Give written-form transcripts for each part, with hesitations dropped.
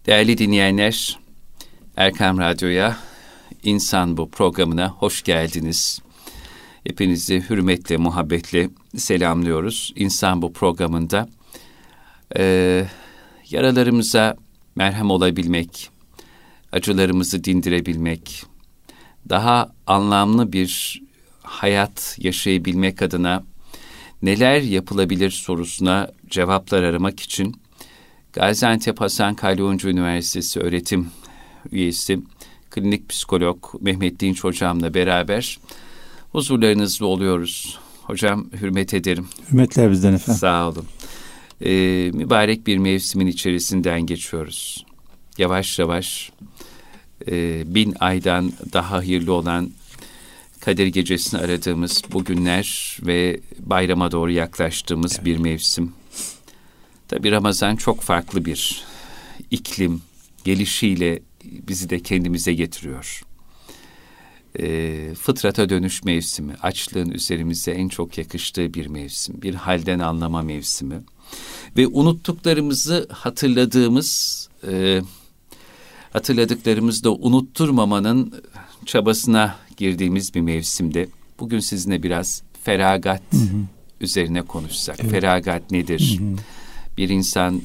Değerli dinleyenler, Erkam Radyo'ya, İnsan Bu programına hoş geldiniz. Hepinizi hürmetle, muhabbetle selamlıyoruz. İnsan Bu programında yaralarımıza merhem olabilmek, acılarımızı dindirebilmek, daha anlamlı bir hayat yaşayabilmek adına neler yapılabilir sorusuna cevaplar aramak için Gaziantep Hasan Kalyoncu Üniversitesi öğretim üyesi, klinik psikolog Mehmet Dinç hocamla beraber huzurlarınızda oluyoruz. Hocam, hürmet ederim. Hürmetler bizden efendim. Sağ olun. Mübarek bir mevsimin içerisinden geçiyoruz. Yavaş yavaş 1000 aydan daha hayırlı olan Kadir Gecesi'ni aradığımız bu günler ve bayrama doğru yaklaştığımız bir mevsim. Tabii Ramazan çok farklı bir iklim gelişiyle bizi de kendimize getiriyor. Fıtrata dönüş mevsimi, açlığın üzerimize en çok yakıştığı bir mevsim, bir halden anlama mevsimi ve unuttuklarımızı hatırladıklarımızı da unutturmamanın çabasına girdiğimiz bir mevsimde. Bugün sizinle biraz feragat üzerine konuşsak. Evet. Feragat nedir? Bir insan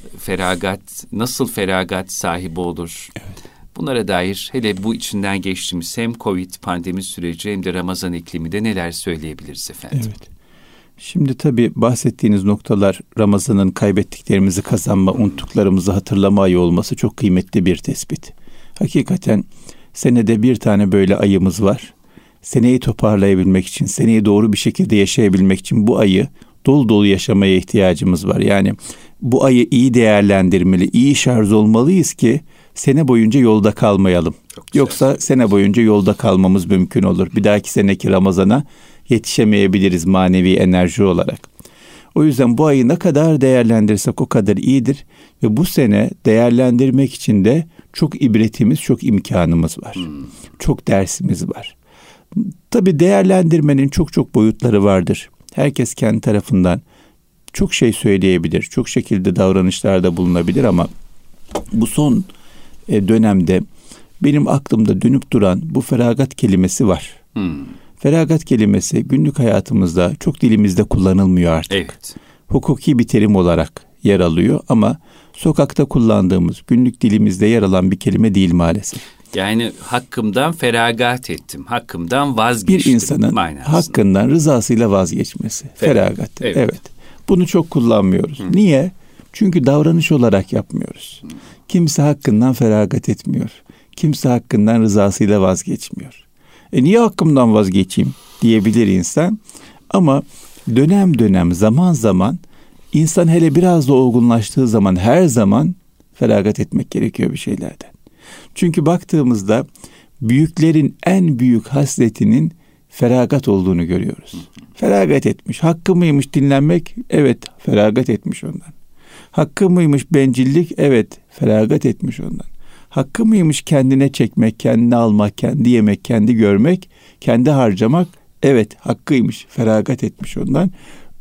nasıl feragat sahibi olur? Evet. Bunlara dair hele bu içinden geçtiğimiz hem Covid pandemi süreci hem de Ramazan ikliminde neler söyleyebiliriz efendim? Evet. Şimdi tabii bahsettiğiniz noktalar Ramazan'ın kaybettiklerimizi kazanma, unuttuklarımızı hatırlama ayı olması çok kıymetli bir tespit. Hakikaten senede bir tane böyle ayımız var. Seneyi toparlayabilmek için, seneyi doğru bir şekilde yaşayabilmek için bu ayı dolu dolu yaşamaya ihtiyacımız var. Yani bu ayı iyi değerlendirmeli, iyi şarj olmalıyız ki sene boyunca yolda kalmayalım. Yoksa sene boyunca yolda kalmamız mümkün olur. Bir dahaki seneki Ramazan'a yetişemeyebiliriz manevi enerji olarak. O yüzden bu ayı ne kadar değerlendirirsek o kadar iyidir. Ve bu sene değerlendirmek için de çok ibretimiz, çok imkanımız var. Çok dersimiz var. Tabii değerlendirmenin çok boyutları vardır. Herkes kendi tarafından çok şey söyleyebilir, çok şekilde davranışlarda bulunabilir ama bu son dönemde benim aklımda dönüp duran bu feragat kelimesi var. Feragat kelimesi günlük hayatımızda çok dilimizde kullanılmıyor artık. Evet. Hukuki bir terim olarak yer alıyor ama sokakta kullandığımız, günlük dilimizde yer alan bir kelime değil maalesef. Yani hakkımdan feragat ettim, hakkımdan vazgeçtim. Bir insanın hakkından rızasıyla vazgeçmesi. Feragat. Evet. Bunu çok kullanmıyoruz. Niye? Çünkü davranış olarak yapmıyoruz. Kimse hakkından feragat etmiyor. Kimse hakkından rızasıyla vazgeçmiyor. Niye hakkımdan vazgeçeyim diyebilir insan. Ama dönem zaman zaman insan hele biraz da olgunlaştığı zaman her zaman feragat etmek gerekiyor bir şeylerden. Çünkü baktığımızda büyüklerin en büyük hasletinin feragat olduğunu görüyoruz. Feragat etmiş. Hakkı mıymış dinlenmek? Evet, feragat etmiş ondan. Hakkı mıymış bencillik? Evet, feragat etmiş ondan. Hakkı mıymış kendine çekmek, kendine almak, kendi yemek, kendi görmek, kendi harcamak? Evet, hakkıymış, feragat etmiş ondan.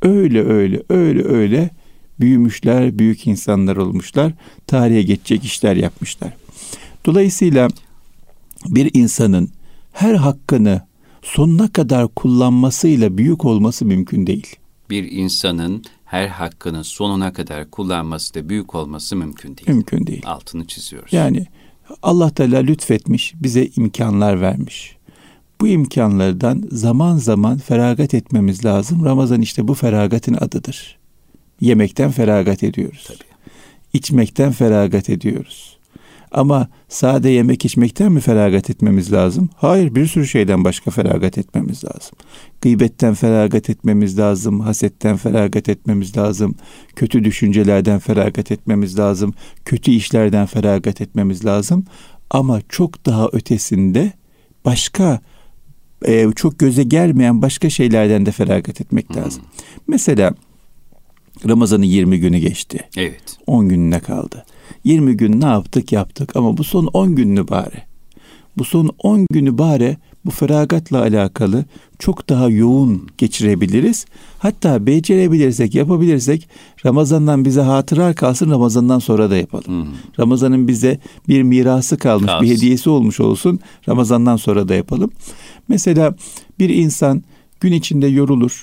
Öyle büyümüşler, büyük insanlar olmuşlar. Tarihe geçecek işler yapmışlar. Dolayısıyla bir insanın her hakkını sonuna kadar kullanmasıyla büyük olması mümkün değil. Bir insanın her hakkını sonuna kadar kullanması da büyük olması mümkün değil. Mümkün değil. Altını çiziyoruz. Yani Allah Teala lütfetmiş, bize imkanlar vermiş. Bu imkanlardan zaman zaman feragat etmemiz lazım. Ramazan işte bu feragatın adıdır. Yemekten feragat ediyoruz. Tabii. İçmekten feragat ediyoruz. Ama sade yemek içmekten mi feragat etmemiz lazım? Hayır, bir sürü şeyden başka feragat etmemiz lazım. Gıybetten feragat etmemiz lazım, hasetten feragat etmemiz lazım, kötü düşüncelerden feragat etmemiz lazım, kötü işlerden feragat etmemiz lazım. Ama çok daha ötesinde başka, çok göze gelmeyen başka şeylerden de feragat etmek lazım. Mesela Ramazan'ın 20 günü geçti. Evet. 10 gününe kaldı. 20 gün ne yaptık? Yaptık ama bu son 10 gününü bari. Bu son 10 günü bari bu feragatla alakalı çok daha yoğun geçirebiliriz. Hatta becerebilirsek, yapabilirsek Ramazan'dan bize hatıra kalsın, Ramazan'dan sonra da yapalım. Ramazan'ın bize bir mirası kalmış, bir hediyesi olmuş olsun, Ramazan'dan sonra da yapalım. Mesela bir insan gün içinde yorulur.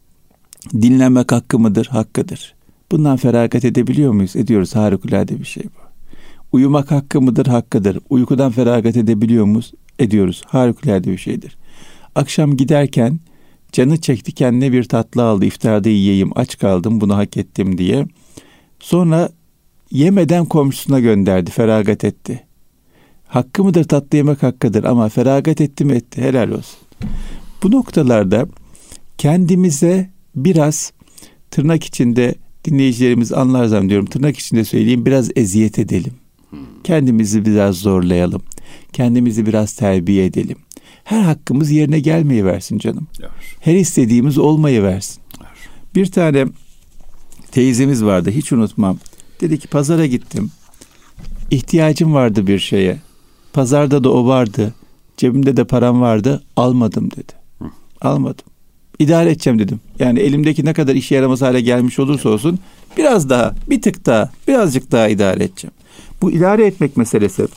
Dinlenmek hakkı mıdır? Hakkıdır. Bundan feragat edebiliyor muyuz? Ediyoruz. Harikulade bir şey bu. Uyumak hakkı mıdır? Hakkıdır. Uykudan feragat edebiliyor muyuz? Ediyoruz. Harikulade bir şeydir. Akşam giderken canı çekti, kendine bir tatlı aldı. İftarda yiyeyim, aç kaldım, bunu hak ettim diye. Sonra yemeden komşusuna gönderdi, feragat etti. Hakkı mıdır? Tatlı yemek hakkıdır ama feragat etti mi? Etti. Helal olsun. Bu noktalarda kendimize biraz, tırnak içinde, dinleyicilerimiz anlar zannediyorum, tırnak içinde söyleyeyim, biraz eziyet edelim. Kendimizi biraz zorlayalım. Kendimizi biraz terbiye edelim. Her hakkımız yerine gelmeyi versin canım. Her istediğimiz olmayı versin. Bir tane teyzemiz vardı, hiç unutmam. Dedi ki pazara gittim. İhtiyacım vardı bir şeye. Pazarda da o vardı. Cebimde de param vardı. Almadım dedi. Almadım. İdare edeceğim dedim. Yani elimdeki ne kadar işe yaramaz hale gelmiş olursa olsun biraz daha, bir tık daha, birazcık daha idare edeceğim. Bu idare etmek meselesi,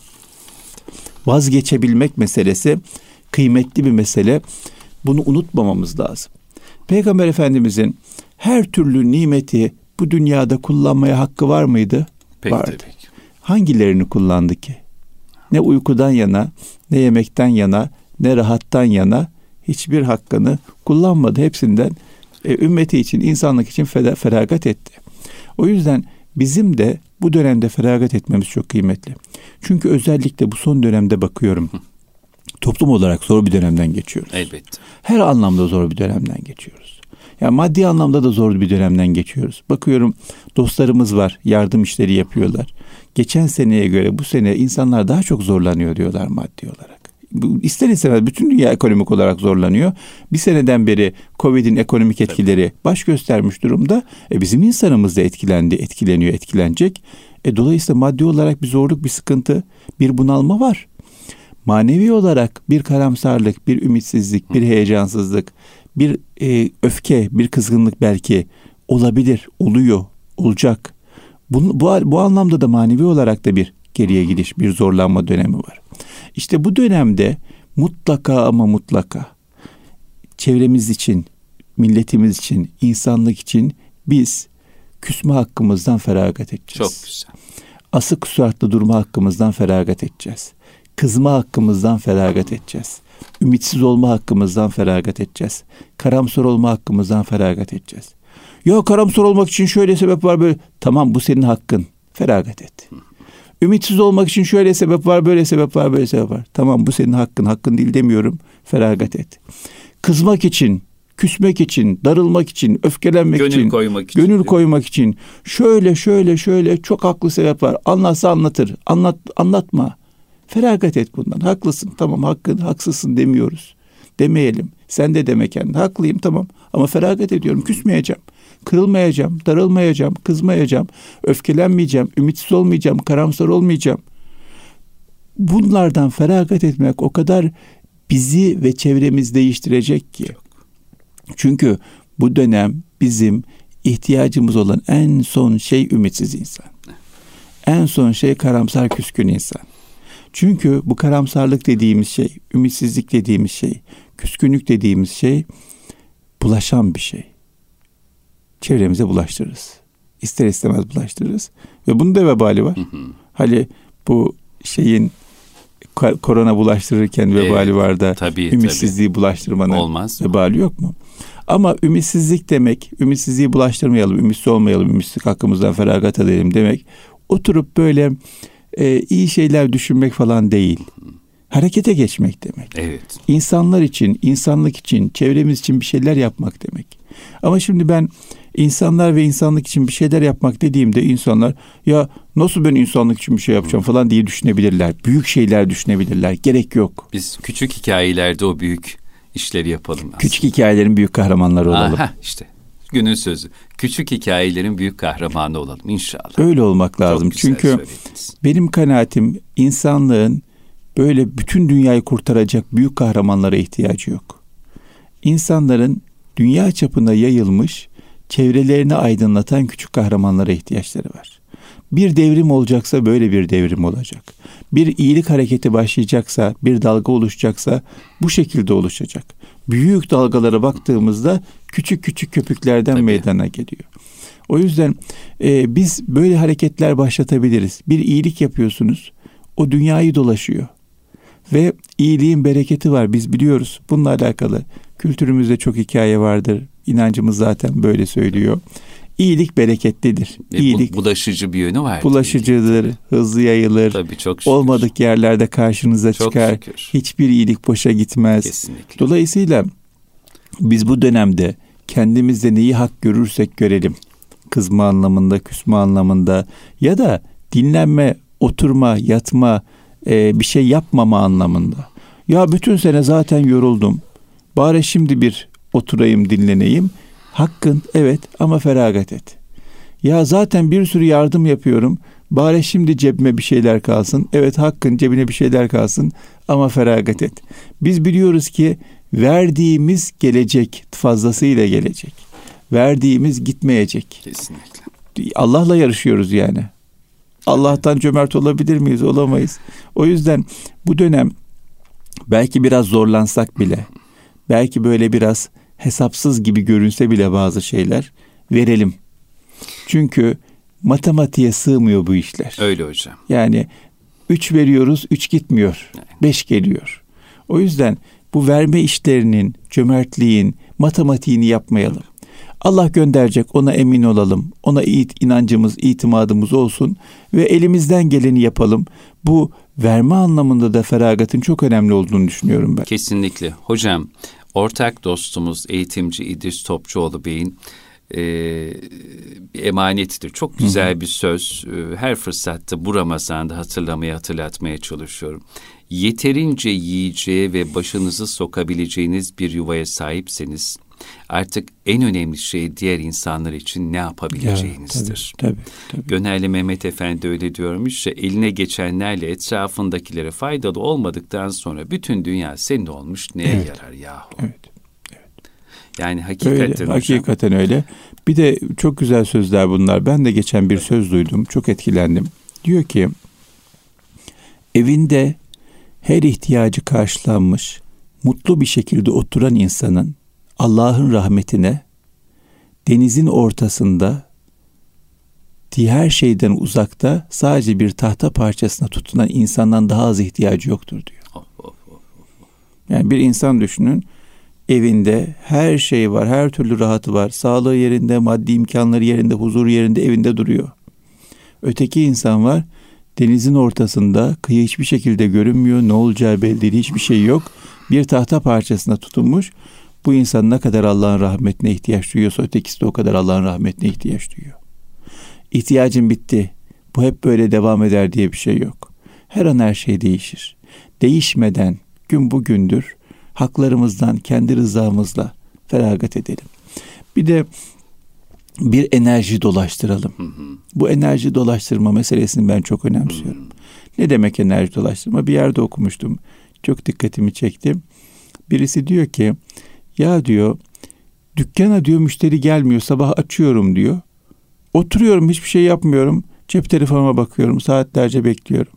vazgeçebilmek meselesi kıymetli bir mesele. Bunu unutmamamız lazım. Peygamber Efendimizin her türlü nimeti bu dünyada kullanmaya hakkı var mıydı? Vardı. Hangilerini kullandı ki? Ne uykudan yana, ne yemekten yana, ne rahattan yana hiçbir hakkını kullanmadı. Hepsinden ümmeti için, insanlık için feragat etti. O yüzden bizim de bu dönemde feragat etmemiz çok kıymetli. Çünkü özellikle bu son dönemde bakıyorum, toplum olarak zor bir dönemden geçiyoruz. Elbette. Her anlamda zor bir dönemden geçiyoruz. Yani maddi anlamda da zor bir dönemden geçiyoruz. Bakıyorum dostlarımız var, yardım işleri yapıyorlar. Geçen seneye göre bu sene insanlar daha çok zorlanıyor diyorlar maddi olarak. İster istemez bütün dünya ekonomik olarak zorlanıyor. Bir seneden beri Covid'in ekonomik etkileri baş göstermiş durumda. Bizim insanımız da etkilendi, etkileniyor, etkilenecek. Dolayısıyla maddi olarak bir zorluk, bir sıkıntı, bir bunalma var. Manevi olarak bir karamsarlık, bir ümitsizlik, bir heyecansızlık, bir öfke, bir kızgınlık belki olabilir, oluyor, olacak. Bu anlamda da manevi olarak da bir geriye gidiş, bir zorlanma dönemi var. İşte bu dönemde mutlaka ama mutlaka çevremiz için, milletimiz için, insanlık için biz küsme hakkımızdan feragat edeceğiz. Çok güzel. Asık suratlı durma hakkımızdan feragat edeceğiz. Kızma hakkımızdan feragat edeceğiz. Ümitsiz olma hakkımızdan feragat edeceğiz. Karamsar olma hakkımızdan feragat edeceğiz. Ya karamsar olmak için şöyle sebep var böyle. Tamam, bu senin hakkın. Feragat et. Ümitsiz olmak için şöyle sebep var, böyle sebep var, böyle sebep var. Tamam, bu senin hakkın. Hakkın değil demiyorum. Feragat et. Kızmak için, küsmek için, darılmak için, öfkelenmek için, gönül koymak için şöyle çok haklı sebep var. Anlatsa anlatır. Anlatma. Feragat et bundan. Haklısın. Tamam, haksızsın demiyoruz. Demeyelim. Sen de deme kendine. Haklıyım, tamam. Ama feragat ediyorum. Küsmeyeceğim. Kırılmayacağım, darılmayacağım, kızmayacağım, öfkelenmeyeceğim, ümitsiz olmayacağım, karamsar olmayacağım. Bunlardan feragat etmek o kadar bizi ve çevremizi değiştirecek ki. Çünkü bu dönem bizim ihtiyacımız olan en son şey ümitsiz insan. En son şey karamsar, küskün insan. Çünkü bu karamsarlık dediğimiz şey, ümitsizlik dediğimiz şey, küskünlük dediğimiz şey bulaşan bir şey. Çevremize bulaştırırız. İster istemez bulaştırırız. Ve bunun da vebali var. Hani bu şeyin korona bulaştırırken vebali var da ümitsizliği bulaştırmanın olmaz vebali yok mu? Ama ümitsizlik demek, ümitsizliği bulaştırmayalım, ümitsiz olmayalım, ümitsizlik hakkımızdan feragat edelim demek, oturup böyle iyi şeyler düşünmek falan değil. Harekete geçmek demek. Evet. İnsanlar için, insanlık için, çevremiz için bir şeyler yapmak demek. Ama şimdi ben insanlar ve insanlık için bir şeyler yapmak dediğimde insanlar ya nasıl ben insanlık için bir şey yapacağım falan diye düşünebilirler. Büyük şeyler düşünebilirler. Gerek yok. Biz küçük hikayelerde o büyük işleri yapalım aslında. Küçük hikayelerin büyük kahramanları olalım. İşte günün sözü. Küçük hikayelerin büyük kahramanı olalım inşallah. Öyle olmak lazım. Çünkü benim kanaatim insanlığın böyle bütün dünyayı kurtaracak büyük kahramanlara ihtiyacı yok. İnsanların dünya çapında yayılmış, çevrelerini aydınlatan küçük kahramanlara ihtiyaçları var. Bir devrim olacaksa böyle bir devrim olacak. Bir iyilik hareketi başlayacaksa, bir dalga oluşacaksa bu şekilde oluşacak. Büyük dalgalara baktığımızda küçük küçük köpüklerden meydana geliyor. O yüzden biz böyle hareketler başlatabiliriz. Bir iyilik yapıyorsunuz, o dünyayı dolaşıyor. Ve iyiliğin bereketi var, biz biliyoruz. Bununla alakalı kültürümüzde çok hikaye vardır. İnancımız zaten böyle söylüyor. İyilik bereketlidir. İyilik bulaşıcı bir yönü var. Bulaşıcıdır, hızlı yayılır. Tabii, çok şükür. Olmadık yerlerde karşınıza çok çıkar. Şükür. Hiçbir iyilik boşa gitmez. Kesinlikle. Dolayısıyla biz bu dönemde kendimizde neyi hak görürsek görelim. Kızma anlamında, küsme anlamında ya da dinlenme, oturma, yatma, bir şey yapmama anlamında. Ya bütün sene zaten yoruldum. Bari şimdi bir oturayım, dinleneyim. Hakkın, evet, ama feragat et. Ya zaten bir sürü yardım yapıyorum. Bari şimdi cebime bir şeyler kalsın. Evet, hakkın, cebine bir şeyler kalsın ama feragat et. Biz biliyoruz ki verdiğimiz gelecek, fazlasıyla gelecek. Verdiğimiz gitmeyecek. Kesinlikle. Allah'la yarışıyoruz yani. Allah'tan cömert olabilir miyiz? Olamayız. O yüzden bu dönem belki biraz zorlansak bile, belki böyle biraz hesapsız gibi görünse bile bazı şeyler verelim. Çünkü matematiğe sığmıyor bu işler. Öyle hocam. Yani 3 veriyoruz, 3 gitmiyor. 5 geliyor. O yüzden bu verme işlerinin, cömertliğin matematiğini yapmayalım. Allah gönderecek, ona emin olalım. Ona inancımız, itimadımız olsun ve elimizden geleni yapalım. Bu verme anlamında da feragatın çok önemli olduğunu düşünüyorum ben. Kesinlikle. Hocam, ortak dostumuz eğitimci İdris Topçuoğlu Bey'in bir emanetidir. Çok güzel bir söz. Her fırsatta bu Ramazan'da hatırlatmaya çalışıyorum. Yeterince yiyeceğe ve başınızı sokabileceğiniz bir yuvaya sahipseniz artık en önemli şey diğer insanlar için ne yapabileceğinizdir. Tabii. Gönelli Mehmet Efendi öyle diyormuş ya, eline geçenlerle etrafındakilere faydalı olmadıktan sonra bütün dünya senin olmuş, neye yarar yahu? Evet. Yani hakikaten öyle, hocam. Hakikaten öyle. Bir de çok güzel sözler bunlar. Ben de geçen bir söz duydum. Çok etkilendim. Diyor ki, evinde her ihtiyacı karşılanmış, mutlu bir şekilde oturan insanın Allah'ın rahmetine, denizin ortasında, her şeyden uzakta sadece bir tahta parçasına tutunan insandan daha az ihtiyacı yoktur diyor. Yani bir insan düşünün, evinde her şey var, her türlü rahatı var, sağlığı yerinde, maddi imkanları yerinde, huzur yerinde, evinde duruyor. Öteki insan var, denizin ortasında, kıyı hiçbir şekilde görünmüyor, ne olacağı belli değil, hiçbir şey yok. Bir tahta parçasına tutunmuş. Bu insan ne kadar Allah'ın rahmetine ihtiyaç duyuyorsa ötekisi de o kadar Allah'ın rahmetine ihtiyaç duyuyor. İhtiyacın bitti, bu hep böyle devam eder diye bir şey yok. Her an her şey değişir. Değişmeden gün bugündür haklarımızdan kendi rızamızla feragat edelim. Bir de bir enerji dolaştıralım. Bu enerji dolaştırma meselesini ben çok önemsiyorum. Ne demek enerji dolaştırma? Bir yerde okumuştum. Çok dikkatimi çekti. Birisi diyor ki, ya diyor, dükkana diyor müşteri gelmiyor, sabah açıyorum diyor. Oturuyorum, hiçbir şey yapmıyorum. Cep telefonuma bakıyorum, saatlerce bekliyorum.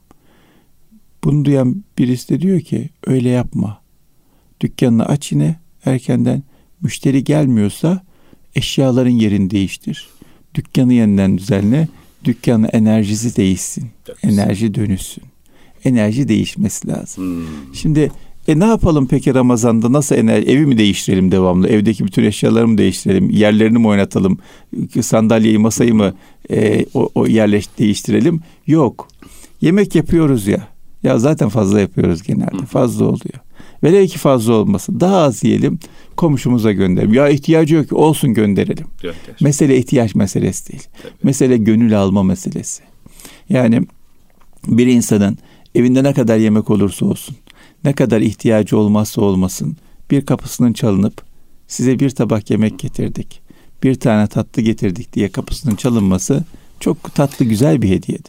Bunu duyan birisi de diyor ki, öyle yapma. Dükkanını aç yine erkenden. Müşteri gelmiyorsa eşyaların yerini değiştir. Dükkanı yeniden düzenle. Dükkanın enerjisi değişsin. Enerji dönüşsün. Enerji değişmesi lazım. Şimdi ne yapalım peki Ramazan'da? Nasıl evi mi değiştirelim devamlı? Evdeki bütün eşyaları mı değiştirelim? Yerlerini mi oynatalım? Sandalyeyi, masayı mı değiştirelim? Yok. Yemek yapıyoruz ya. Ya zaten fazla yapıyoruz genelde. Fazla oluyor. Velev ki fazla olmasın. Daha az yiyelim. Komşumuza gönderelim. Ya ihtiyacı yok ki, olsun gönderelim. Mesele ihtiyaç meselesi değil. Tabii. Mesele gönül alma meselesi. Yani bir insanın evinde ne kadar yemek olursa olsun, ne kadar ihtiyacı olmazsa olmasın, bir kapısının çalınıp size bir tabak yemek getirdik, bir tane tatlı getirdik diye kapısının çalınması çok tatlı, güzel bir hediyedir.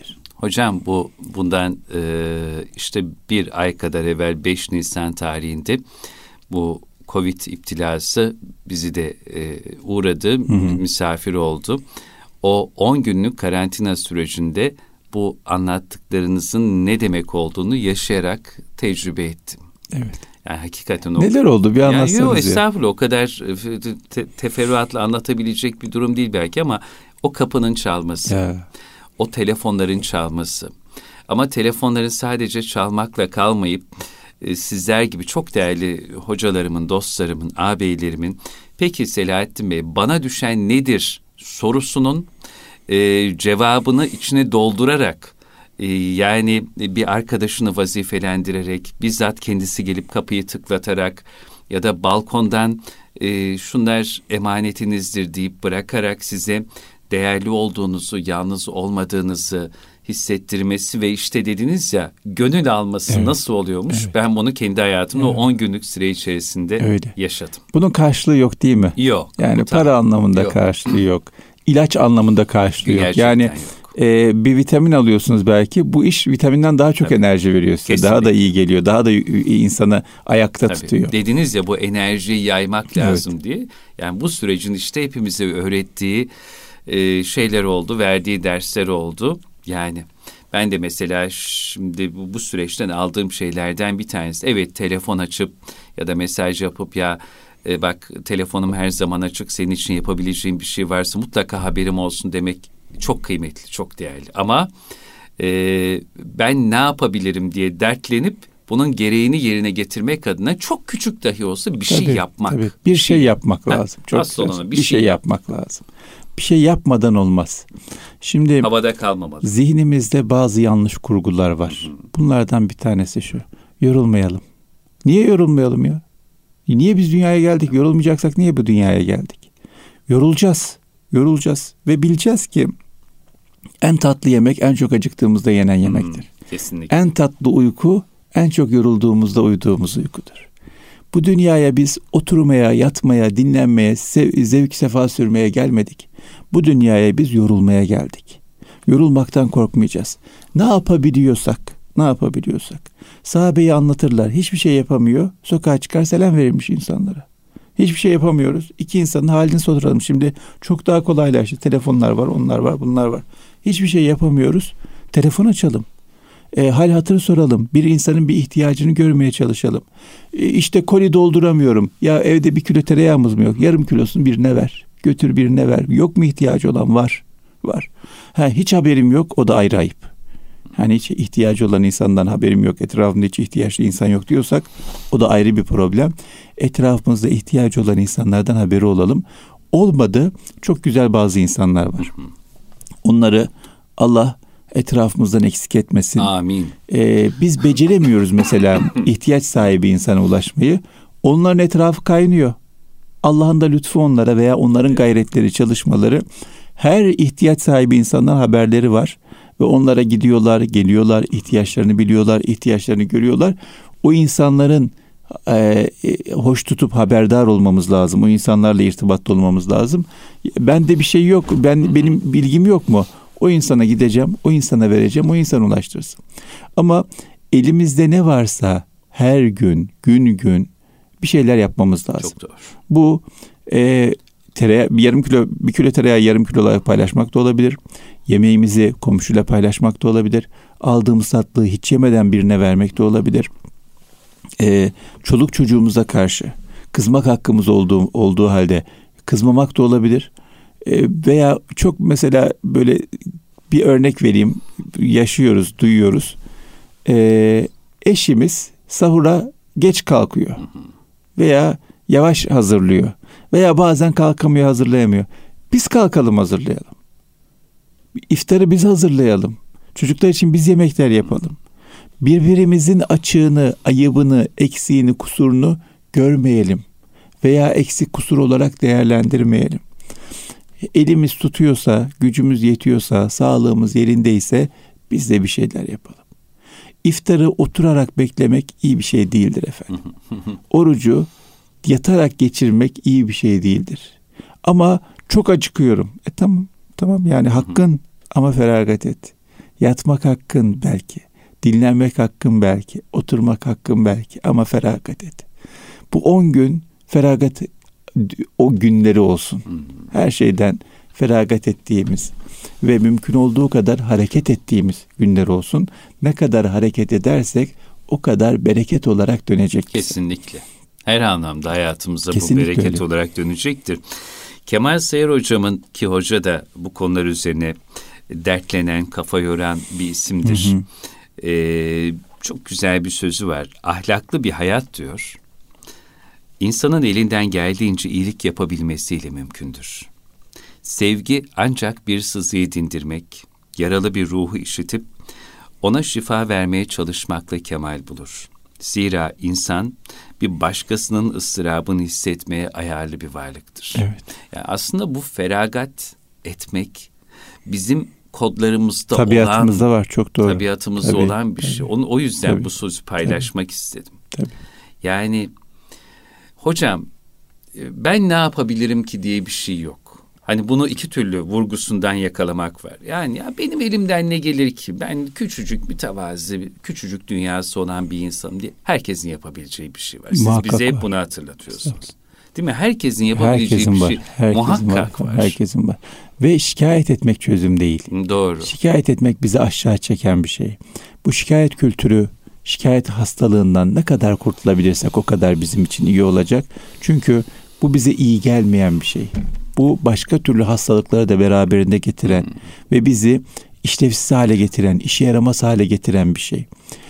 Hocam bundan işte bir ay kadar evvel 5 Nisan tarihinde bu Covid iptilası bizi de uğradı, misafir oldu. O 10 günlük karantina sürecinde bu anlattıklarınızın ne demek olduğunu yaşayarak tecrübe ettim. Evet. Yani hakikaten neler oldu bir anlatsanız ya. Estağfurullah, o kadar teferruatla anlatabilecek bir durum değil belki ama o kapının çalması, ya. O telefonların çalması. Ama telefonların sadece çalmakla kalmayıp sizler gibi çok değerli hocalarımın, dostlarımın, ağabeylerimin peki Selahattin Bey bana düşen nedir sorusunun cevabını içine doldurarak yani bir arkadaşını vazifelendirerek bizzat kendisi gelip kapıyı tıklatarak ya da balkondan şunlar emanetinizdir deyip bırakarak size değerli olduğunuzu, yalnız olmadığınızı hissettirmesi ve işte dediniz ya gönül alması nasıl oluyormuş? Evet. Ben bunu kendi hayatımda o 10 günlük süre içerisinde yaşadım. Bunun karşılığı yok değil mi? Yok. Yani para anlamında yok. Karşılığı yok. İlaç anlamında karşılığı yok. Yani yok. Bir vitamin alıyorsunuz belki. Bu iş vitaminden daha çok enerji veriyor size. Kesinlikle. Daha da iyi geliyor. Daha da insanı ayakta tutuyor. Dediniz ya bu enerjiyi yaymak lazım diye. Yani bu sürecin işte hepimize öğrettiği şeyler oldu, verdiği dersler oldu. Yani ben de mesela şimdi bu süreçten aldığım şeylerden bir tanesi. Evet, telefon açıp ya da mesaj yapıp ya bak telefonum her zaman açık, senin için yapabileceğim bir şey varsa mutlaka haberim olsun demek çok kıymetli, çok değerli. Ama ben ne yapabilirim diye dertlenip bunun gereğini yerine getirmek adına çok küçük dahi olsa bir şey yapmak. Tabii. Bir şey yapmak lazım. Çok güzel. Bir şey yapmak lazım. Bir şey yapmadan olmaz. Şimdi havada kalmamalı. Zihnimizde bazı yanlış kurgular var. Bunlardan bir tanesi şu. Yorulmayalım. Niye yorulmayalım ya? Niye biz dünyaya geldik? Yorulmayacaksak niye bu dünyaya geldik? Yorulacağız. Yorulacağız ve bileceğiz ki en tatlı yemek en çok acıktığımızda yenen yemektir. Kesinlikle. En tatlı uyku en çok yorulduğumuzda uyuduğumuz uykudur. Bu dünyaya biz oturmaya, yatmaya, dinlenmeye, zevk sefa sürmeye gelmedik. Bu dünyaya biz yorulmaya geldik. Yorulmaktan korkmayacağız. Ne yapabiliyorsak. Sahabeyi anlatırlar. Hiçbir şey yapamıyor. Sokağa çıkar selam verirmiş insanlara. Hiçbir şey yapamıyoruz. İki insanın halini soralım. Şimdi çok daha kolaylaştı. Telefonlar var, onlar var, bunlar var. Hiçbir şey yapamıyoruz. Telefon açalım. Hal hatır soralım. Bir insanın bir ihtiyacını görmeye çalışalım. İşte koli dolduramıyorum. Ya evde 1 kilo tereyağımız mı yok? Yarım kilosunu birine ver. Götür birine ver. Yok mu ihtiyacı olan? Var. Hiç haberim yok. O da ayrı ayıp. Hani hiç ihtiyacı olan insandan haberim yok. Etrafımda hiç ihtiyaçlı insan yok diyorsak o da ayrı bir problem. Etrafımızda ihtiyacı olan insanlardan haberi olalım. Olmadı. Çok güzel bazı insanlar var. Onları Allah etrafımızdan eksik etmesin. Amin. Biz beceremiyoruz mesela ihtiyaç sahibi insana ulaşmayı. Onların etrafı kaynıyor. Allah'ın da lütfu onlara veya onların gayretleri, çalışmaları. Her ihtiyaç sahibi insandan haberleri var. Ve onlara gidiyorlar, geliyorlar, ihtiyaçlarını biliyorlar, ihtiyaçlarını görüyorlar. O insanların hoş tutup haberdar olmamız lazım. O insanlarla irtibatlı olmamız lazım. Bende bir şey yok, benim bilgim yok mu? O insana gideceğim, o insana vereceğim, o insan ulaştırsın. Ama elimizde ne varsa her gün, gün bir şeyler yapmamız lazım. Çok doğru. Bu tereyağı, 1 kilo tereyağı yarım kilo olarak paylaşmak da olabilir. Yemeğimizi komşuyla paylaşmak da olabilir. Aldığımız tatlıyı hiç yemeden birine vermek de olabilir. Çoluk çocuğumuza karşı kızmak hakkımız olduğu halde kızmamak da olabilir. Veya çok mesela böyle bir örnek vereyim. Yaşıyoruz, duyuyoruz. Eşimiz sahura geç kalkıyor. Veya yavaş hazırlıyor. Veya bazen kalkamıyor, hazırlayamıyor. Biz kalkalım, hazırlayalım. İftarı biz hazırlayalım. Çocuklar için biz yemekler yapalım. Birbirimizin açığını, ayıbını, eksiğini, kusurunu görmeyelim. Veya eksik kusur olarak değerlendirmeyelim. Elimiz tutuyorsa, gücümüz yetiyorsa, sağlığımız yerindeyse biz de bir şeyler yapalım. İftarı oturarak beklemek iyi bir şey değildir efendim. Orucu yatarak geçirmek iyi bir şey değildir. Ama çok acıkıyorum. Tamam yani hakkın ama feragat et. Yatmak hakkın belki, dinlenmek hakkın belki, oturmak hakkın belki ama feragat et. Bu 10 gün feragat o günleri olsun. Her şeyden feragat ettiğimiz ve mümkün olduğu kadar hareket ettiğimiz günler olsun. Ne kadar hareket edersek o kadar bereket olarak dönecek. Kesinlikle. Her anlamda hayatımıza Kesinlikle bu bereket öyle olarak dönecektir. Kemal Sayar hocamın, ki hoca da bu konular üzerine dertlenen, kafa yoran bir isimdir. Çok güzel bir sözü var. Ahlaklı bir hayat diyor, İnsanın elinden geldiğince iyilik yapabilmesiyle mümkündür. Sevgi ancak bir sızıyı dindirmek, yaralı bir ruhu işitip ona şifa vermeye çalışmakla kemal bulur. Zira insan bir başkasının ıstırabını hissetmeye ayarlı bir varlıktır. Evet. Yani aslında bu feragat etmek bizim kodlarımızda tabiatımızda var, çok doğru. Tabiatımızda olan bir şey. O yüzden bu sözü paylaşmak istedim. Tabii. Yani hocam ben ne yapabilirim ki diye bir şey yok. Hani bunu iki türlü vurgusundan yakalamak var. Yani ya benim elimden ne gelir ki? Ben küçücük bir tevazi, küçücük dünyası olan bir insanım diye. Herkesin yapabileceği bir şey var. Siz Muhakkak bize hep var. bunu hatırlatıyorsunuz. Değil mi? Herkesin yapabileceği bir şey. Muhakkak var. Herkesin var. Ve şikayet etmek çözüm değil. Doğru. Şikayet etmek bizi aşağı çeken bir şey. Bu şikayet kültürü, şikayet hastalığından ne kadar kurtulabilirsek o kadar bizim için iyi olacak. Çünkü bu bize iyi gelmeyen bir şey. Bu başka türlü hastalıkları da beraberinde getiren ve bizi işlevsiz hale getiren, işe yaramaz hale getiren bir şey.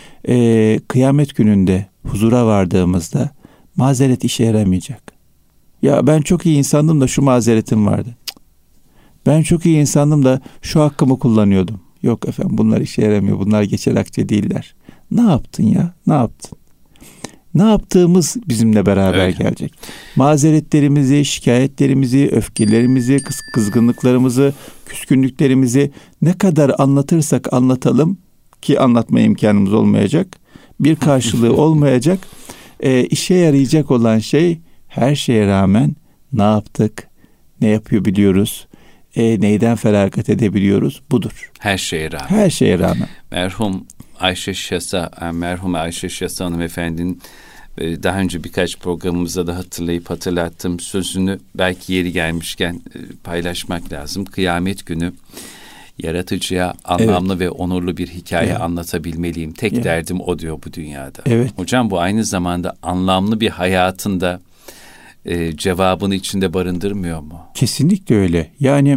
Kıyamet gününde huzura vardığımızda mazeret işe yaramayacak. Ya ben çok iyi insandım da şu mazeretim vardı. Ben çok iyi insandım da şu hakkımı kullanıyordum. Yok efendim, bunlar işe yaramıyor. Bunlar geçer akçe değiller. Ne yaptın ya? Ne yaptın? Ne yaptığımız bizimle beraber gelecek. Mazeretlerimizi, şikayetlerimizi, öfkelerimizi, kızgınlıklarımızı, küskünlüklerimizi ne kadar anlatırsak anlatalım ki anlatma imkanımız olmayacak. Bir karşılığı olmayacak. İşe yarayacak olan şey, her şeye rağmen ne yaptık, ne yapıyor biliyoruz, neyden feragat edebiliyoruz, budur. Her şeye rağmen. Her şeye rağmen. Merhum Ayşe Şasa hanımefendinin daha önce birkaç programımızda da hatırlattığım sözünü belki yeri gelmişken paylaşmak lazım. Kıyamet günü yaratıcıya anlamlı ve onurlu bir hikaye anlatabilmeliyim. Tek derdim o diyor bu dünyada. Evet. Hocam bu aynı zamanda anlamlı bir hayatın da cevabını içinde barındırmıyor mu? Kesinlikle öyle. Yani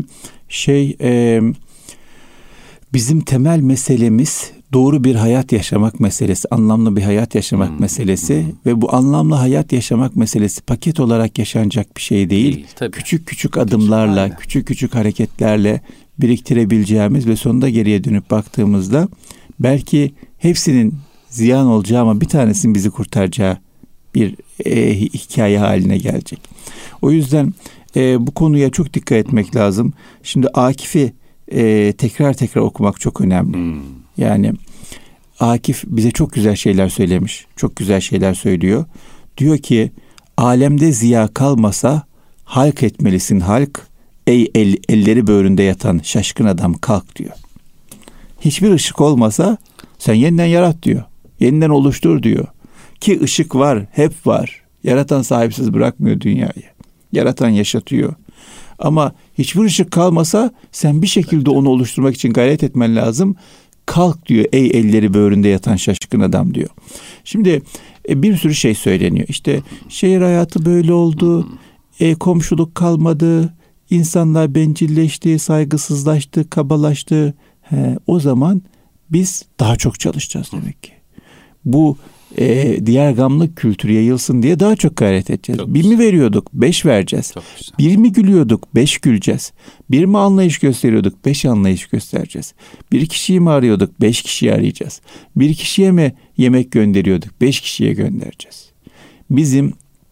bizim temel meselemiz doğru bir hayat yaşamak meselesi, anlamlı bir hayat yaşamak meselesi ve bu anlamlı hayat yaşamak meselesi paket olarak yaşanacak bir şey değil. Küçük küçük adımlarla, küçük küçük hareketlerle biriktirebileceğimiz ve sonunda geriye dönüp baktığımızda belki hepsinin ziyan olacağı ama bir tanesinin bizi kurtaracağı bir hikaye haline gelecek. O yüzden bu konuya çok dikkat etmek lazım. Şimdi Akif'i tekrar okumak çok önemli. Yani Akif bize çok güzel şeyler söylemiş. Çok güzel şeyler söylüyor. Diyor ki alemde ziya kalmasa halk etmelisin halk. Ey elleri böğründe yatan şaşkın adam kalk diyor. Hiçbir ışık olmasa sen yeniden yarat diyor. Yeniden oluştur diyor. Ki ışık var, hep var. Yaratan sahipsiz bırakmıyor dünyayı. Yaratan yaşatıyor. Ama hiçbir ışık kalmasa sen bir şekilde onu oluşturmak için gayret etmen lazım. Kalk diyor ey elleri böğründe yatan şaşkın adam diyor. Şimdi bir sürü şey söyleniyor. İşte şehir hayatı böyle oldu. Komşuluk kalmadı. İnsanlar bencilleşti, saygısızlaştı, kabalaştı. O zaman biz daha çok çalışacağız demek ki. Bu diğer gamlık kültürü yayılsın diye daha çok gayret edeceğiz. Çok 1 mi veriyorduk? 5 vereceğiz. 1 mi gülüyorduk? 5 güleceğiz. 1 mi anlayış gösteriyorduk? 5 anlayış göstereceğiz. 1 kişiyi mi arıyorduk? 5 kişiyi arayacağız. 1 kişiye mi yemek gönderiyorduk? 5 kişiye göndereceğiz. Bizim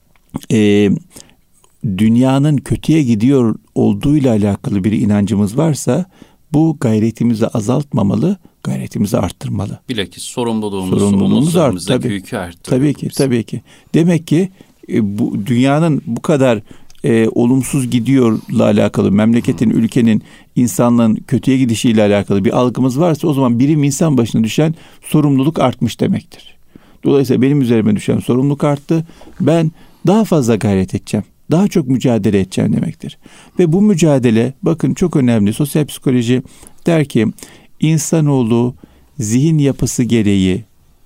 dünyanın kötüye gidiyor olduğuyla alakalı bir inancımız varsa bu gayretimizi azaltmamalı, gayretimizi arttırmalı. Bilakis sorumluluğumuz yükü arttırıyor. Tabii ki. Demek ki bu dünyanın bu kadar olumsuz gidiyorla alakalı, memleketin, ülkenin, insanlığın kötüye gidişiyle alakalı bir algımız varsa o zaman birim insan başına düşen sorumluluk artmış demektir. Dolayısıyla benim üzerime düşen sorumluluk arttı. Ben daha fazla gayret edeceğim. Daha çok mücadele edeceğim demektir. Ve bu mücadele, bakın çok önemli. Sosyal psikoloji der ki insanoğlu zihin yapısı gereği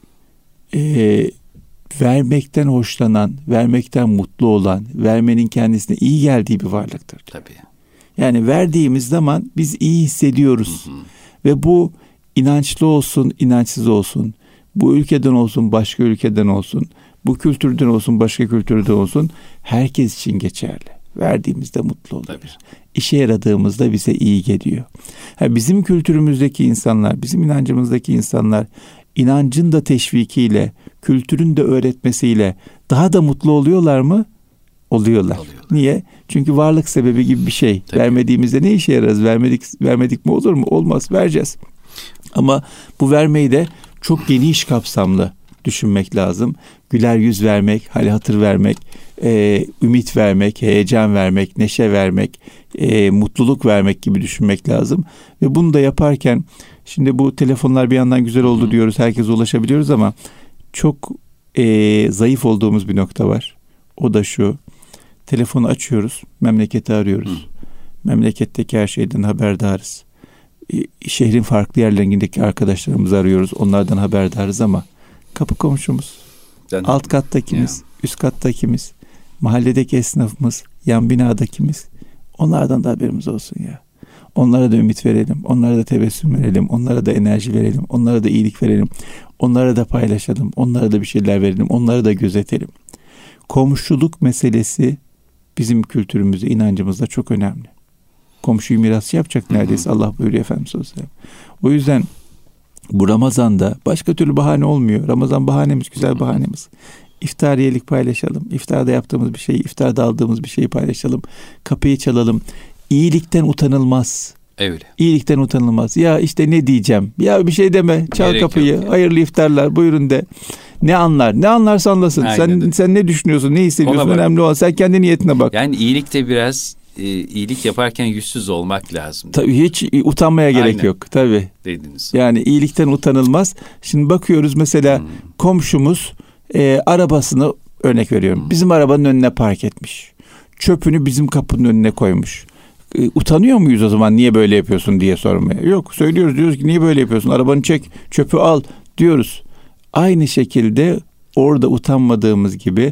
vermekten hoşlanan, vermekten mutlu olan, vermenin kendisine iyi geldiği bir varlıktır. Tabii. Yani verdiğimiz zaman biz iyi hissediyoruz. Ve bu inançlı olsun, inançsız olsun, bu ülkeden olsun, başka ülkeden olsun, bu kültürden olsun, başka kültürden olsun, herkes için geçerli. Verdiğimizde mutlu oluyoruz. İşe yaradığımızda bize iyi geliyor. Bizim kültürümüzdeki insanlar, bizim inancımızdaki insanlar, inancın da teşvikiyle, kültürün de öğretmesiyle daha da mutlu oluyorlar mı? Oluyorlar. Niye? Çünkü varlık sebebi gibi bir şey. Tabii. Vermediğimizde ne işe yararız? Vermedik mi olur mu? Olmaz. Vereceğiz. Ama bu vermeyi de çok geniş kapsamlı düşünmek lazım. Güler yüz vermek, hal hatır vermek, ümit vermek, heyecan vermek, neşe vermek, mutluluk vermek gibi düşünmek lazım. Ve bunu da yaparken şimdi bu telefonlar bir yandan güzel oldu diyoruz, herkese ulaşabiliyoruz ama çok zayıf olduğumuz bir nokta var. O da şu: telefonu açıyoruz, memleketi arıyoruz. Memleketteki her şeyden haberdarız. Şehrin farklı yerlerindeki arkadaşlarımızı arıyoruz, onlardan haberdarız ama kapı komşumuz, alt kattakimiz, üst kattakimiz, mahalledeki esnafımız, yan binadakimiz, onlardan da haberimiz olsun ya. Onlara da ümit verelim, onlara da tebessüm verelim, onlara da enerji verelim, onlara da iyilik verelim, onlara da paylaşalım, onlara da bir şeyler verelim, onları da gözetelim. Komşuluk meselesi bizim kültürümüzde, inancımızda çok önemli. Komşuyu mirasçı yapacak neredeyse, Allah buyuruyor Efendimiz sallallahu aleyhi ve sellem. O yüzden bu Ramazan'da başka türlü bahane olmuyor. Ramazan bahanemiz, güzel bahanemiz. İftariyelik paylaşalım. İftarda yaptığımız bir şeyi, iftarda aldığımız bir şeyi paylaşalım. Kapıyı çalalım. İyilikten utanılmaz. Öyle. İyilikten utanılmaz. Ya işte ne diyeceğim? Ya bir şey deme. Çal gerek kapıyı. Yok. Hayırlı iftarlar. Buyurun de. Ne anlar? Ne anlarsa anlasın. Sen ne düşünüyorsun? Ne hissediyorsun? Önemli olan. Sen kendi niyetine bak. Yani iyilikte biraz iyilik yaparken yüzsüz olmak lazım. Tabii hiç utanmaya gerek yok. Tabii. Dediniz. Yani iyilikten utanılmaz. Şimdi bakıyoruz mesela komşumuz arabasını, örnek veriyorum, bizim arabanın önüne park etmiş. Çöpünü bizim kapının önüne koymuş. Utanıyor muyuz o zaman, niye böyle yapıyorsun diye sormaya? Yok, söylüyoruz, diyoruz ki niye böyle yapıyorsun? Arabanı çek, çöpü al diyoruz. Aynı şekilde orada utanmadığımız gibi,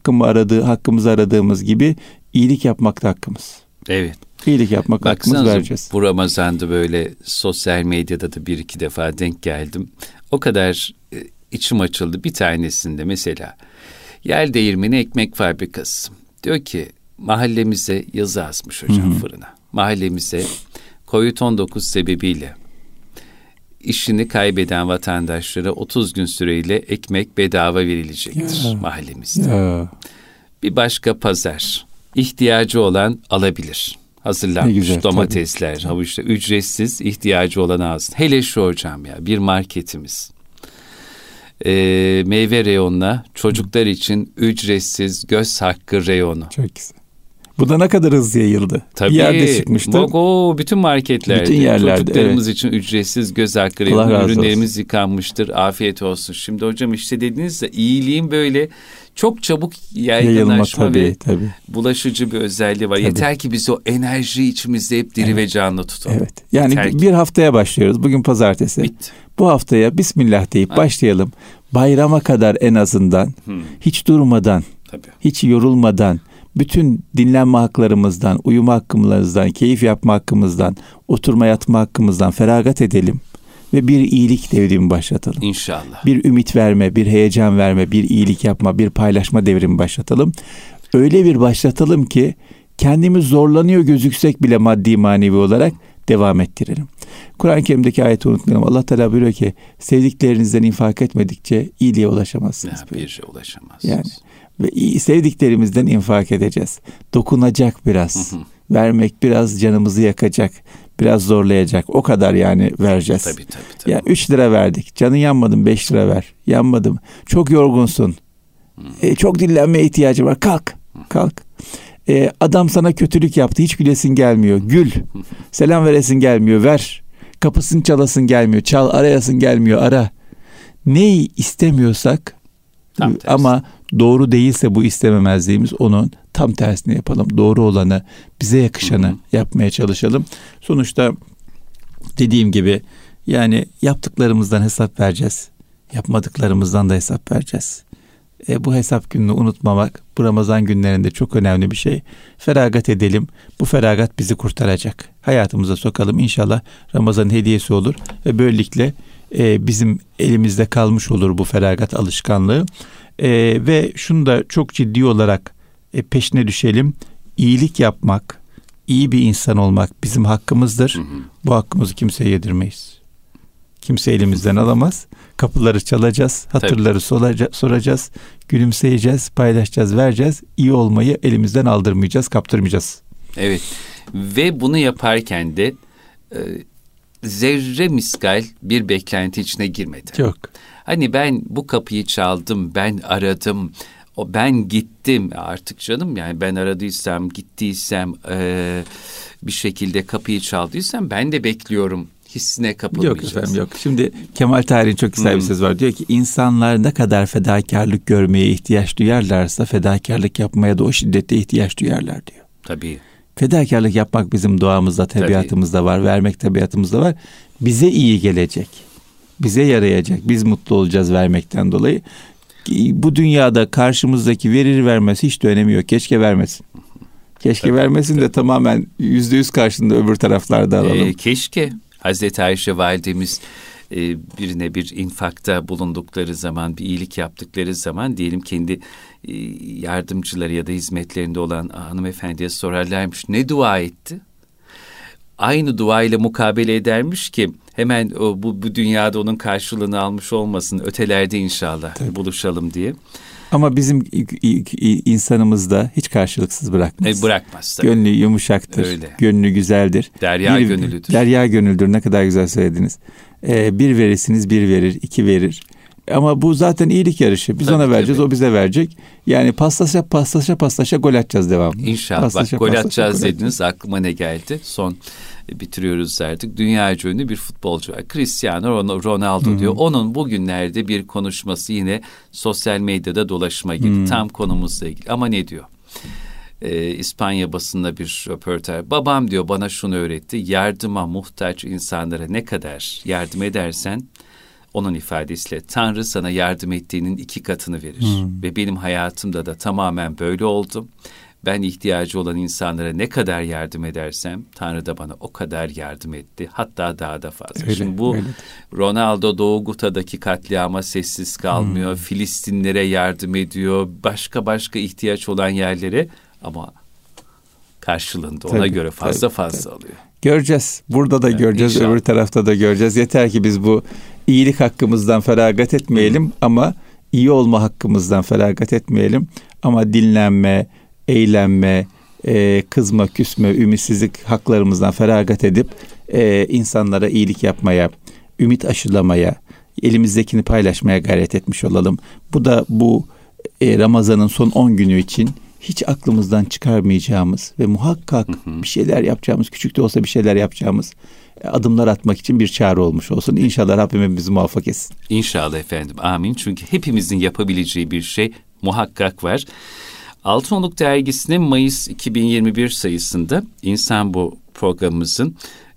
hakkımızı aradığımız gibi iyilik yapmak da hakkımız. Evet. İyilik yapmak hakkımız, vereceğiz. Bu Ramazan'da böyle sosyal medyada da bir iki defa denk geldim. O kadar içim açıldı. Bir tanesinde mesela Yel Değirmeni Ekmek Fabrikası. Diyor ki mahallemize yazı asmış hocam fırına. Mahallemize COVID-19 sebebiyle işini kaybeden vatandaşlara 30 gün süreyle ekmek bedava verilecektir mahallemizde. Bir başka pazar, ihtiyacı olan alabilir. Hazırlanmış güzel, domatesler, tabii, havuçlar ücretsiz, ihtiyacı olan alsın. Hele şu hocam ya, bir marketimiz. Meyve reyonuna çocuklar için ücretsiz göz hakkı reyonu. Çok güzel. Bu da ne kadar hızlı yayıldı. Tabii. Bir yerde çıkmıştı. Bütün marketlerde. Bütün yerlerde. Çocuklarımız için ücretsiz göz hakkı reyonu. Ürünlerimiz yıkanmıştır. Afiyet olsun. Şimdi hocam işte dediniz de iyiliğin böyle çok çabuk yaygınlaşma ve bulaşıcı bir özelliği var. Tabii. Yeter ki biz o enerji içimizde hep diri ve canlı tutalım. Evet. Yani bir haftaya başlıyoruz. Bugün pazartesi. Bitti. Bu haftaya Bismillah deyip başlayalım. Bayrama kadar en azından hiç durmadan, hiç yorulmadan, bütün dinlenme haklarımızdan, uyuma hakkımızdan, keyif yapma hakkımızdan, oturma yatma hakkımızdan feragat edelim ve bir iyilik devrimi başlatalım. İnşallah. Bir ümit verme, bir heyecan verme, bir iyilik yapma, bir paylaşma devrimi başlatalım. Öyle bir başlatalım ki kendimiz zorlanıyor gözüksek bile maddi manevi olarak devam ettirelim. Kur'an-ı Kerim'deki ayeti unutmayalım. Allah Teala buyuruyor ki sevdiklerinizden infak etmedikçe iyiliğe ulaşamazsınız. Bir şey ulaşamazsınız. Yani ve sevdiklerimizden infak edeceğiz. Dokunacak biraz. Vermek biraz canımızı yakacak. Biraz zorlayacak. O kadar yani vereceğiz. Tabii. Yani 3 lira verdik. Canın yanmadı mı 5 lira ver. Yanmadı mı? Çok yorgunsun. Çok dinlenmeye ihtiyacı var. Kalk. Adam sana kötülük yaptı, hiç gülesin gelmiyor. Gül. Selam veresin gelmiyor, ver. Kapısını çalasın gelmiyor, çal. Arayasın gelmiyor, ara. Neyi istemiyorsak ama doğru değilse bu istememezliğimiz, onun tam tersini yapalım. Doğru olanı, bize yakışanı yapmaya çalışalım. Sonuçta dediğim gibi yani yaptıklarımızdan hesap vereceğiz. Yapmadıklarımızdan da hesap vereceğiz. Bu hesap gününü unutmamak bu Ramazan günlerinde çok önemli bir şey. Feragat edelim. Bu feragat bizi kurtaracak. Hayatımıza sokalım. İnşallah Ramazan'ın hediyesi olur ve böylelikle bizim elimizde kalmış olur bu feragat alışkanlığı. Ve şunu da çok ciddi olarak peşine düşelim. İyilik yapmak, iyi bir insan olmak bizim hakkımızdır. Bu hakkımızı kimseye yedirmeyiz. Kimse elimizden alamaz. Kapıları çalacağız, hatırları soracağız, gülümseyeceğiz, paylaşacağız, vereceğiz. İyi olmayı elimizden aldırmayacağız, kaptırmayacağız. Evet. Ve bunu yaparken de zerre miskal bir beklenti içine girmedi. Çok. Hani ben bu kapıyı çaldım, ben aradım, ben gittim artık canım, yani ben aradıysam, gittiysem, bir şekilde kapıyı çaldıysam ben de bekliyorum hissine kapılmayacağız. Yok efendim, yok. Şimdi Kemal Tahir'in çok güzel bir söz var. Diyor ki insanlar ne kadar fedakarlık görmeye ihtiyaç duyarlarsa fedakarlık yapmaya da o şiddette ihtiyaç duyarlar diyor. Tabii. Fedakarlık yapmak bizim doğamızda, tabiatımızda var. Vermek tabiatımızda var. Bize iyi gelecek. Bize yarayacak. Biz mutlu olacağız vermekten dolayı. Bu dünyada karşımızdaki verir vermez hiç de önemi yok. Keşke vermesin. Keşke vermesin de tamamen %100 karşında öbür taraflarda alalım. Keşke. Hazreti Ayşe validemiz birine bir infakta bulundukları zaman, bir iyilik yaptıkları zaman diyelim kendi yardımcıları ya da hizmetlerinde olan hanımefendiye sorarlarmış. Ne dua etti? Aynı dua ile mukabele edermiş ki hemen bu dünyada onun karşılığını almış olmasın, ötelerde inşallah buluşalım diye. Ama bizim insanımız da hiç karşılıksız bırakmaz. Bırakmaz tabii. Gönlü yumuşaktır. Öyle. Gönlü güzeldir. Derya gönüllüdür. Derya gönüldür. Ne kadar güzel söylediniz. Bir verirsiniz, bir verir, iki verir. Ama bu zaten iyilik yarışı. Biz tabii, ona vereceğiz, o bize verecek. Yani paslaşa gol atacağız devamlı. İnşallah. Bak gol atacağız dediniz. Aklıma ne geldi? Son bitiriyoruz artık. Dünyaca ünlü bir futbolcu var. Cristiano Ronaldo diyor. Onun bugünlerde bir konuşması yine sosyal medyada dolaşıma girdi. Tam konumuzla ilgili. Ama ne diyor? İspanya basında bir röportaj. Babam diyor bana şunu öğretti. Yardıma muhtaç insanlara ne kadar yardım edersen onun ifadesiyle Tanrı sana yardım ettiğinin 2 katını verir. Ve benim hayatımda da tamamen böyle oldu. Ben ihtiyacı olan insanlara ne kadar yardım edersem Tanrı da bana o kadar yardım etti. Hatta daha da fazla. Öyle, şimdi bu öyledir. Ronaldo Doğu Guta'daki katliama sessiz kalmıyor. Filistinlere yardım ediyor. Başka ihtiyaç olan yerlere ama karşılığında ona göre fazla alıyor. Göreceğiz. Burada da göreceğiz. İnşallah. Öbür tarafta da göreceğiz. Yeter ki biz bu iyilik hakkımızdan feragat etmeyelim ama iyi olma hakkımızdan feragat etmeyelim. Ama dinlenme, eğlenme, kızma, küsme, ümitsizlik haklarımızdan feragat edip insanlara iyilik yapmaya, ümit aşılamaya, elimizdekini paylaşmaya gayret etmiş olalım. Bu da Ramazan'ın son 10 günü için hiç aklımızdan çıkarmayacağımız ve muhakkak bir şeyler yapacağımız, küçük de olsa bir şeyler yapacağımız adımlar atmak için bir çağrı olmuş olsun. İnşallah Rabbim bizi muvaffak etsin. İnşallah efendim. Amin. Çünkü hepimizin yapabileceği bir şey muhakkak var. Altınoluk Dergisi'nin Mayıs 2021 sayısında İnsan Bu programımızın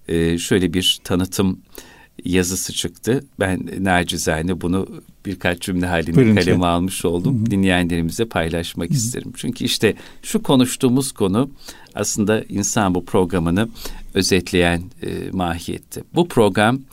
şöyle bir tanıtım yazısı çıktı. Ben nacizane bunu birkaç cümle halinde kaleme almış oldum. Dinleyenlerimize paylaşmak isterim. Çünkü işte şu konuştuğumuz konu aslında İnsan Bu programını özetleyen mahiyette. Bu program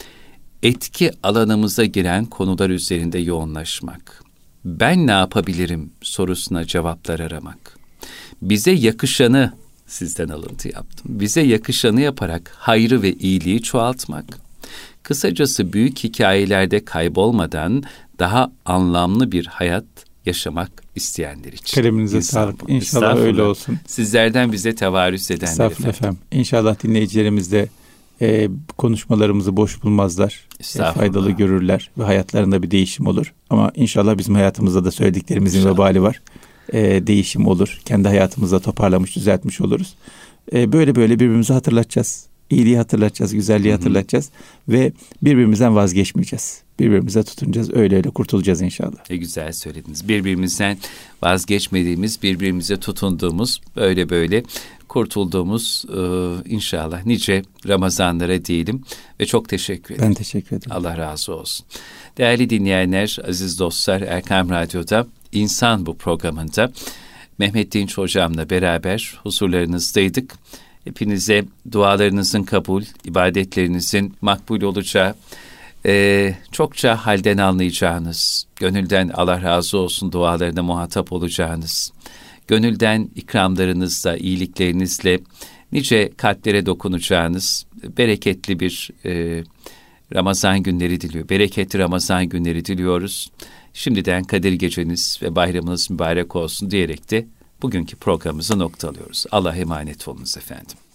etki alanımıza giren konular üzerinde yoğunlaşmak. Ben ne yapabilirim sorusuna cevaplar aramak. Bize yakışanı, sizden alıntı yaptım. Bize yakışanı yaparak hayrı ve iyiliği çoğaltmak. Kısacası büyük hikayelerde kaybolmadan daha anlamlı bir hayat yaşamak isteyenler için. Kaleminize sağlık. İnşallah öyle olsun. Sizlerden bize tevarüs edenler efendim. İnşallah dinleyicilerimiz de konuşmalarımızı boş bulmazlar. Faydalı görürler ve hayatlarında bir değişim olur. Ama inşallah bizim hayatımızda da söylediklerimizin vebali var. değişim olur. Kendi hayatımızda toparlamış, düzeltmiş oluruz. Böyle birbirimizi hatırlatacağız. İyiliği hatırlatacağız, güzelliği hatırlatacağız ve birbirimizden vazgeçmeyeceğiz. Birbirimize tutunacağız, öyle kurtulacağız inşallah. Güzel söylediniz. Birbirimizden vazgeçmediğimiz, birbirimize tutunduğumuz, böyle kurtulduğumuz inşallah nice Ramazanlara diyelim ve çok teşekkür ederim. Ben teşekkür ederim. Allah razı olsun. Değerli dinleyenler, aziz dostlar, Erkam Radyo'da İnsan Bu programında Mehmet Dinç Hocam'la beraber huzurlarınızdaydık. Hepinize dualarınızın kabul, ibadetlerinizin makbul olacağı, çokça halden anlayacağınız, gönülden Allah razı olsun dualarına muhatap olacağınız, gönülden ikramlarınızla, iyiliklerinizle nice kalplere dokunacağınız bereketli bir Ramazan günleri diliyor. Bereketli Ramazan günleri diliyoruz. Şimdiden Kadir Geceniz ve bayramınız mübarek olsun diyerek de bugünkü programımızı noktalıyoruz. Allah'a emanet olunuz efendim.